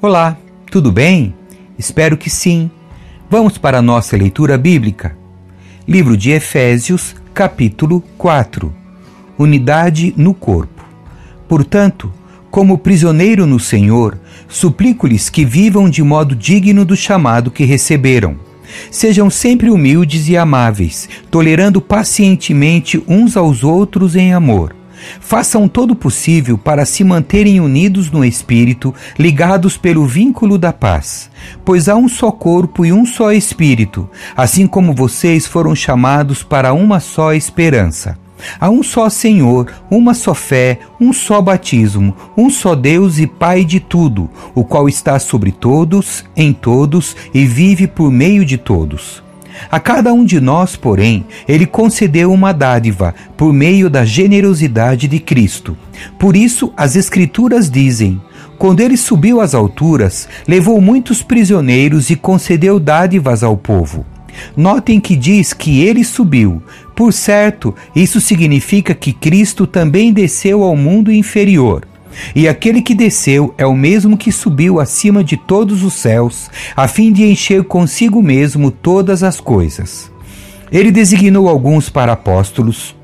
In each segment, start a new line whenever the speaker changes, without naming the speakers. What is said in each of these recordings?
Olá, tudo bem? Espero que sim. Vamos para a nossa leitura bíblica. Livro de Efésios, capítulo 4. Unidade no corpo. Portanto, como prisioneiro no Senhor, suplico-lhes que vivam de modo digno do chamado que receberam. Sejam sempre humildes e amáveis, tolerando pacientemente uns aos outros em amor. Façam todo o possível para se manterem unidos no Espírito, ligados pelo vínculo da paz. Pois há um só corpo e um só Espírito, assim como vocês foram chamados para uma só esperança. Há um só Senhor, uma só fé, um só batismo, um só Deus e Pai de tudo, o qual está sobre todos, em todos e vive por meio de todos. A cada um de nós, porém, Ele concedeu uma dádiva por meio da generosidade de Cristo. Por isso, as Escrituras dizem: quando Ele subiu às alturas, levou muitos prisioneiros e concedeu dádivas ao povo. Notem que diz que Ele subiu. Por certo, isso significa que Cristo também desceu ao mundo inferior. E aquele que desceu é o mesmo que subiu acima de todos os céus, a fim de encher consigo mesmo todas as coisas. Ele designou alguns para apóstolos,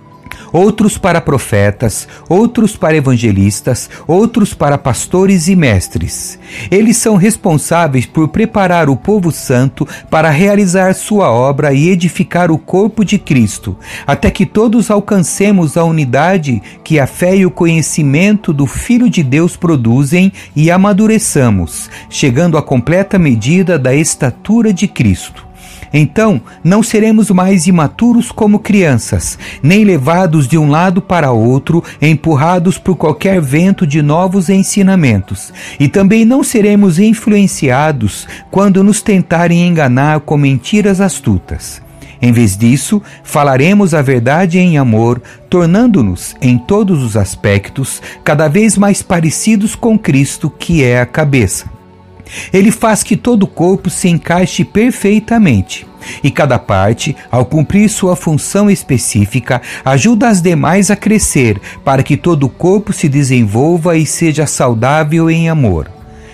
outros para profetas, outros para evangelistas, outros para pastores e mestres. Eles são responsáveis por preparar o povo santo para realizar sua obra e edificar o corpo de Cristo, até que todos alcancemos a unidade que a fé e o conhecimento do Filho de Deus produzem e amadureçamos, chegando à completa medida da estatura de Cristo. Então, não seremos mais imaturos como crianças, nem levados de um lado para outro, empurrados por qualquer vento de novos ensinamentos. E também não seremos influenciados quando nos tentarem enganar com mentiras astutas. Em vez disso, falaremos a verdade em amor, tornando-nos, em todos os aspectos, cada vez mais parecidos com Cristo, que é a cabeça. Ele faz que todo o corpo se encaixe perfeitamente, e cada parte, ao cumprir sua função específica, ajuda as demais a crescer, para que todo o corpo se desenvolva e seja saudável em amor.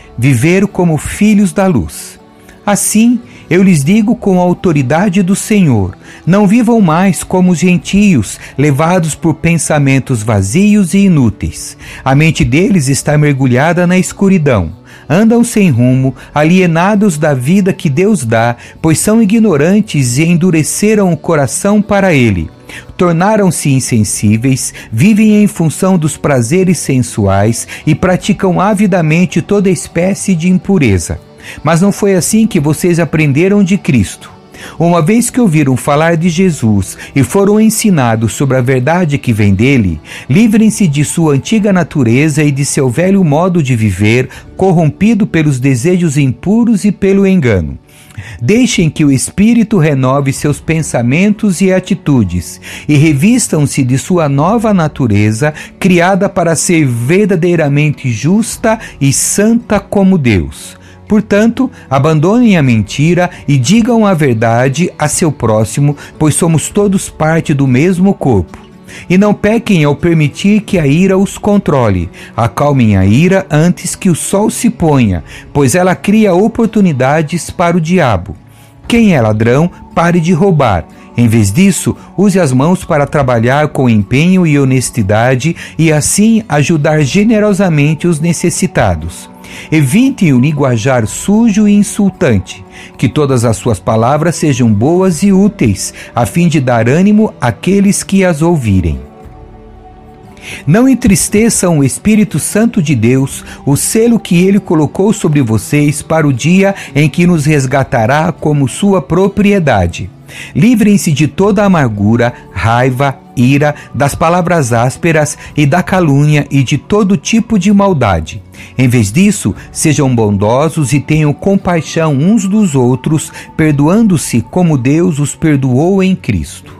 Viver como filhos da luz. Assim, eu lhes digo com a autoridade do Senhor: não vivam mais como os gentios, levados por pensamentos vazios e inúteis. A mente deles está mergulhada na escuridão. Andam sem rumo, alienados da vida que Deus dá, pois são ignorantes e endureceram o coração para Ele. Tornaram-se insensíveis, vivem em função dos prazeres sensuais e praticam avidamente toda espécie de impureza. Mas não foi assim que vocês aprenderam de Cristo. Uma vez que ouviram falar de Jesus e foram ensinados sobre a verdade que vem dele, livrem-se de sua antiga natureza e de seu velho modo de viver, corrompido pelos desejos impuros e pelo engano. Deixem que o Espírito renove seus pensamentos e atitudes e revistam-se de sua nova natureza, criada para ser verdadeiramente justa e santa como Deus. Portanto, abandonem a mentira e digam a verdade a seu próximo, pois somos todos parte do mesmo corpo. E não pequem ao permitir que a ira os controle. Acalmem a ira antes que o sol se ponha, pois ela cria oportunidades para o diabo. Quem é ladrão, pare de roubar. Em vez disso, use as mãos para trabalhar com empenho e honestidade e assim ajudar generosamente os necessitados. Evitem o linguajar sujo e insultante. Que todas as suas palavras sejam boas e úteis, a fim de dar ânimo àqueles que as ouvirem. Não entristeçam o Espírito Santo de Deus, o selo que Ele colocou sobre vocês para o dia em que nos resgatará como sua propriedade. Livrem-se de toda amargura, raiva, ira, das palavras ásperas e da calúnia e de todo tipo de maldade. Em vez disso, sejam bondosos e tenham compaixão uns dos outros, perdoando-se como Deus os perdoou em Cristo.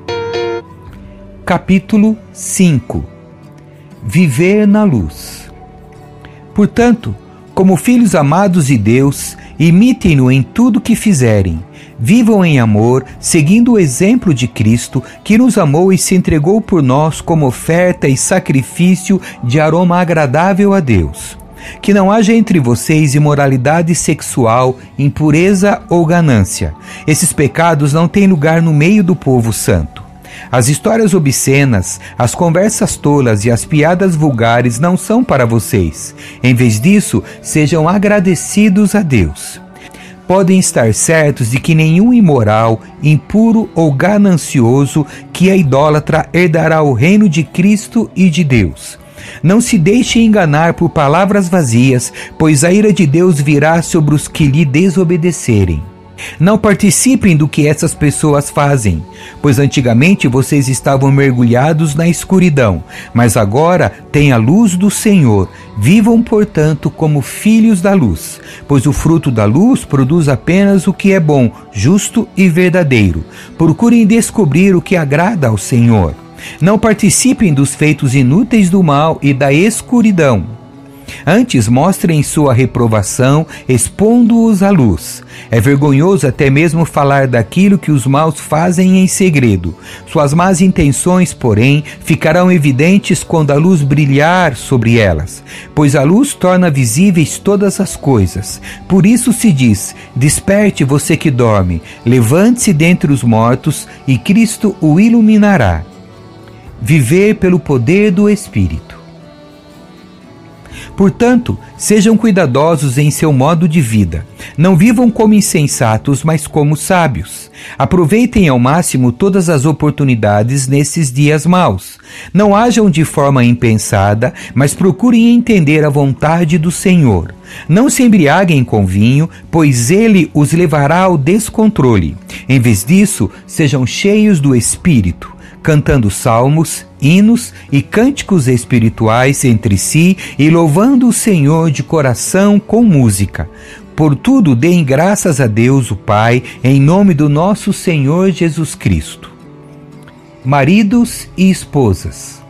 Capítulo 5. Viver na luz. Portanto, como filhos amados de Deus, imitem-no em tudo que fizerem. Vivam em amor, seguindo o exemplo de Cristo, que nos amou e se entregou por nós como oferta e sacrifício de aroma agradável a Deus. Que não haja entre vocês imoralidade sexual, impureza ou ganância. Esses pecados não têm lugar no meio do povo santo. As histórias obscenas, as conversas tolas e as piadas vulgares não são para vocês. Em vez disso, sejam agradecidos a Deus. Podem estar certos de que nenhum imoral, impuro ou ganancioso que é idólatra herdará o reino de Cristo e de Deus. Não se deixe enganar por palavras vazias, pois a ira de Deus virá sobre os que lhe desobedecerem. Não participem do que essas pessoas fazem, pois antigamente vocês estavam mergulhados na escuridão, mas agora têm a luz do Senhor. Vivam, portanto, como filhos da luz, pois o fruto da luz produz apenas o que é bom, justo e verdadeiro. Procurem descobrir o que agrada ao Senhor. Não participem dos feitos inúteis do mal e da escuridão. Antes mostrem sua reprovação, expondo-os à luz. É vergonhoso até mesmo falar daquilo que os maus fazem em segredo. Suas más intenções, porém, ficarão evidentes quando a luz brilhar sobre elas, pois a luz torna visíveis todas as coisas. Por isso se diz: desperte você que dorme, levante-se dentre os mortos e Cristo o iluminará. Viver pelo poder do Espírito. Portanto, sejam cuidadosos em seu modo de vida. Não vivam como insensatos, mas como sábios. Aproveitem ao máximo todas as oportunidades nesses dias maus. Não hajam de forma impensada, mas procurem entender a vontade do Senhor. Não se embriaguem com vinho, pois ele os levará ao descontrole. Em vez disso, sejam cheios do Espírito, cantando salmos, hinos e cânticos espirituais entre si e louvando o Senhor de coração com música. Por tudo deem graças a Deus o Pai, em nome do nosso Senhor Jesus Cristo. Maridos e esposas.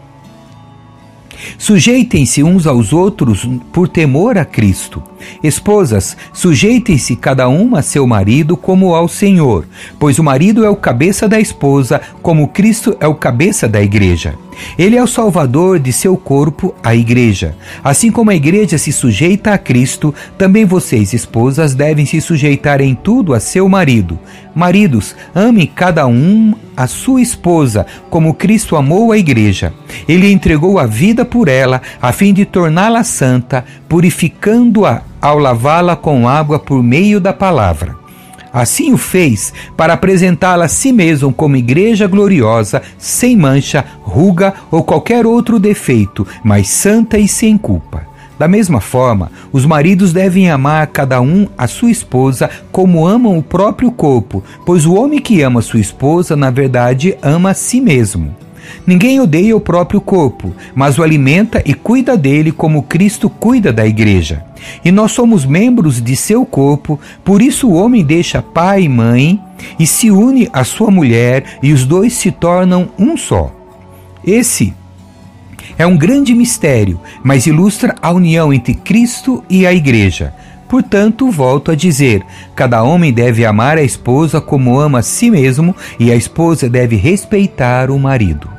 Sujeitem-se uns aos outros por temor a Cristo. Esposas, sujeitem-se cada uma a seu marido como ao Senhor, pois o marido é o cabeça da esposa, como Cristo é o cabeça da igreja. Ele é o salvador de seu corpo, a igreja. Assim como a igreja se sujeita a Cristo, também vocês, esposas, devem se sujeitar em tudo a seu marido. Maridos, amem cada um a sua esposa, como Cristo amou a igreja. Ele entregou a vida por ela, a fim de torná-la santa, purificando-a ao lavá-la com água por meio da palavra. Assim o fez para apresentá-la a si mesmo como igreja gloriosa, sem mancha, ruga ou qualquer outro defeito, mas santa e sem culpa. Da mesma forma, os maridos devem amar cada um a sua esposa como amam o próprio corpo, pois o homem que ama sua esposa, na verdade, ama a si mesmo. Ninguém odeia o próprio corpo, mas o alimenta e cuida dele como Cristo cuida da igreja. E nós somos membros de seu corpo, por isso o homem deixa pai e mãe e se une à sua mulher e os dois se tornam um só. Esse é um grande mistério, mas ilustra a união entre Cristo e a igreja. Portanto, volto a dizer, cada homem deve amar a esposa como ama a si mesmo e a esposa deve respeitar o marido.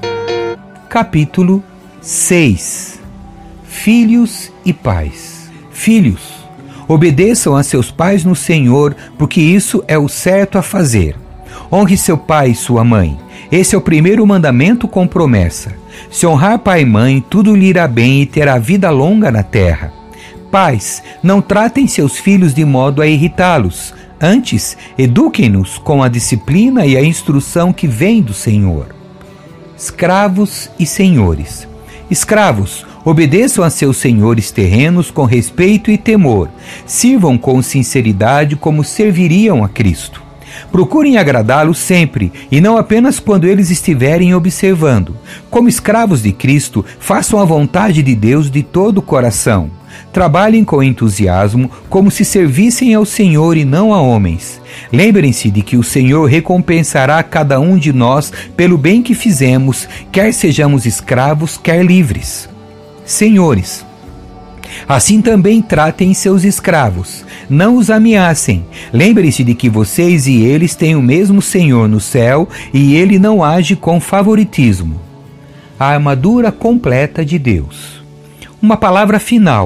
Capítulo 6. Filhos e pais. Filhos, obedeçam a seus pais no Senhor, porque isso é o certo a fazer. Honre seu pai e sua mãe. Esse é o primeiro mandamento com promessa. Se honrar pai e mãe, tudo lhe irá bem e terá vida longa na terra. Pais, não tratem seus filhos de modo a irritá-los. Antes, eduquem-nos com a disciplina e a instrução que vem do Senhor. Escravos e senhores. Escravos, obedeçam a seus senhores terrenos com respeito e temor. Sirvam com sinceridade como serviriam a Cristo. Procurem agradá-lo sempre, e não apenas quando eles estiverem observando. Como escravos de Cristo, façam a vontade de Deus de todo o coração. Trabalhem com entusiasmo, como se servissem ao Senhor e não a homens. Lembrem-se de que o Senhor recompensará cada um de nós pelo bem que fizemos, quer sejamos escravos, quer livres. Senhores, assim também tratem seus escravos. Não os ameacem. Lembrem-se de que vocês e eles têm o mesmo Senhor no céu e ele não age com favoritismo. A armadura completa de Deus. Uma palavra final.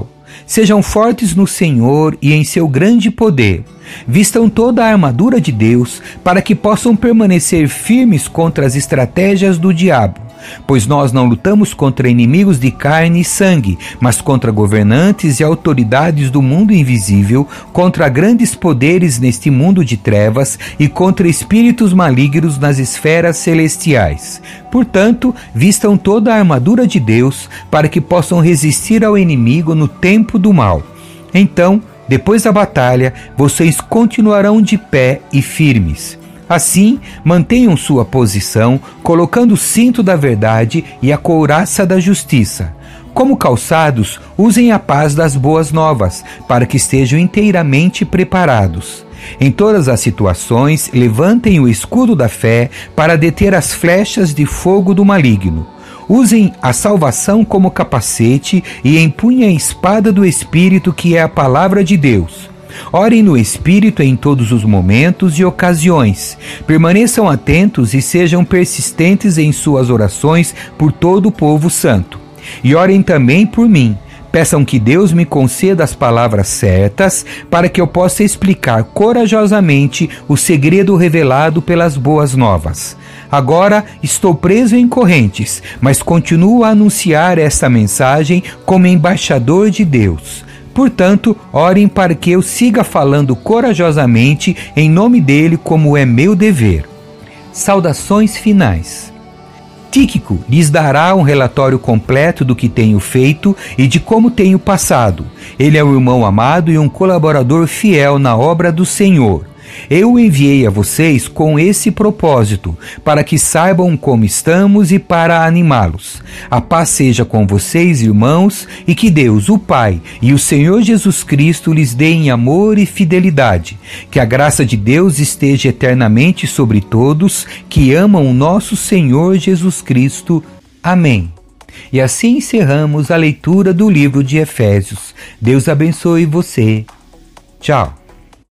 Sejam fortes no Senhor e em seu grande poder. Vistam toda a armadura de Deus para que possam permanecer firmes contra as estratégias do diabo. Pois nós não lutamos contra inimigos de carne e sangue, mas contra governantes e autoridades do mundo invisível, contra grandes poderes neste mundo de trevas e contra espíritos malignos nas esferas celestiais. Portanto, vistam toda a armadura de Deus para que possam resistir ao inimigo no tempo do mal. Então, depois da batalha, vocês continuarão de pé e firmes. Assim, mantenham sua posição, colocando o cinto da verdade e a couraça da justiça. Como calçados, usem a paz das boas novas, para que estejam inteiramente preparados. Em todas as situações, levantem o escudo da fé para deter as flechas de fogo do maligno. Usem a salvação como capacete e empunhem a espada do Espírito, que é a palavra de Deus. Orem no Espírito em todos os momentos e ocasiões. Permaneçam atentos e sejam persistentes em suas orações por todo o povo santo. E orem também por mim. Peçam que Deus me conceda as palavras certas para que eu possa explicar corajosamente o segredo revelado pelas boas novas. Agora estou preso em correntes, mas continuo a anunciar esta mensagem como embaixador de Deus. Portanto, orem para que eu siga falando corajosamente em nome dele, como é meu dever. Saudações finais. Tíquico lhes dará um relatório completo do que tenho feito e de como tenho passado. Ele é um irmão amado e um colaborador fiel na obra do Senhor. Eu o enviei a vocês com esse propósito, para que saibam como estamos e para animá-los. A paz seja com vocês, irmãos, e que Deus, o Pai, e o Senhor Jesus Cristo lhes deem amor e fidelidade. Que a graça de Deus esteja eternamente sobre todos que amam o nosso Senhor Jesus Cristo. Amém. E assim encerramos a leitura do livro de Efésios. Deus abençoe você. Tchau.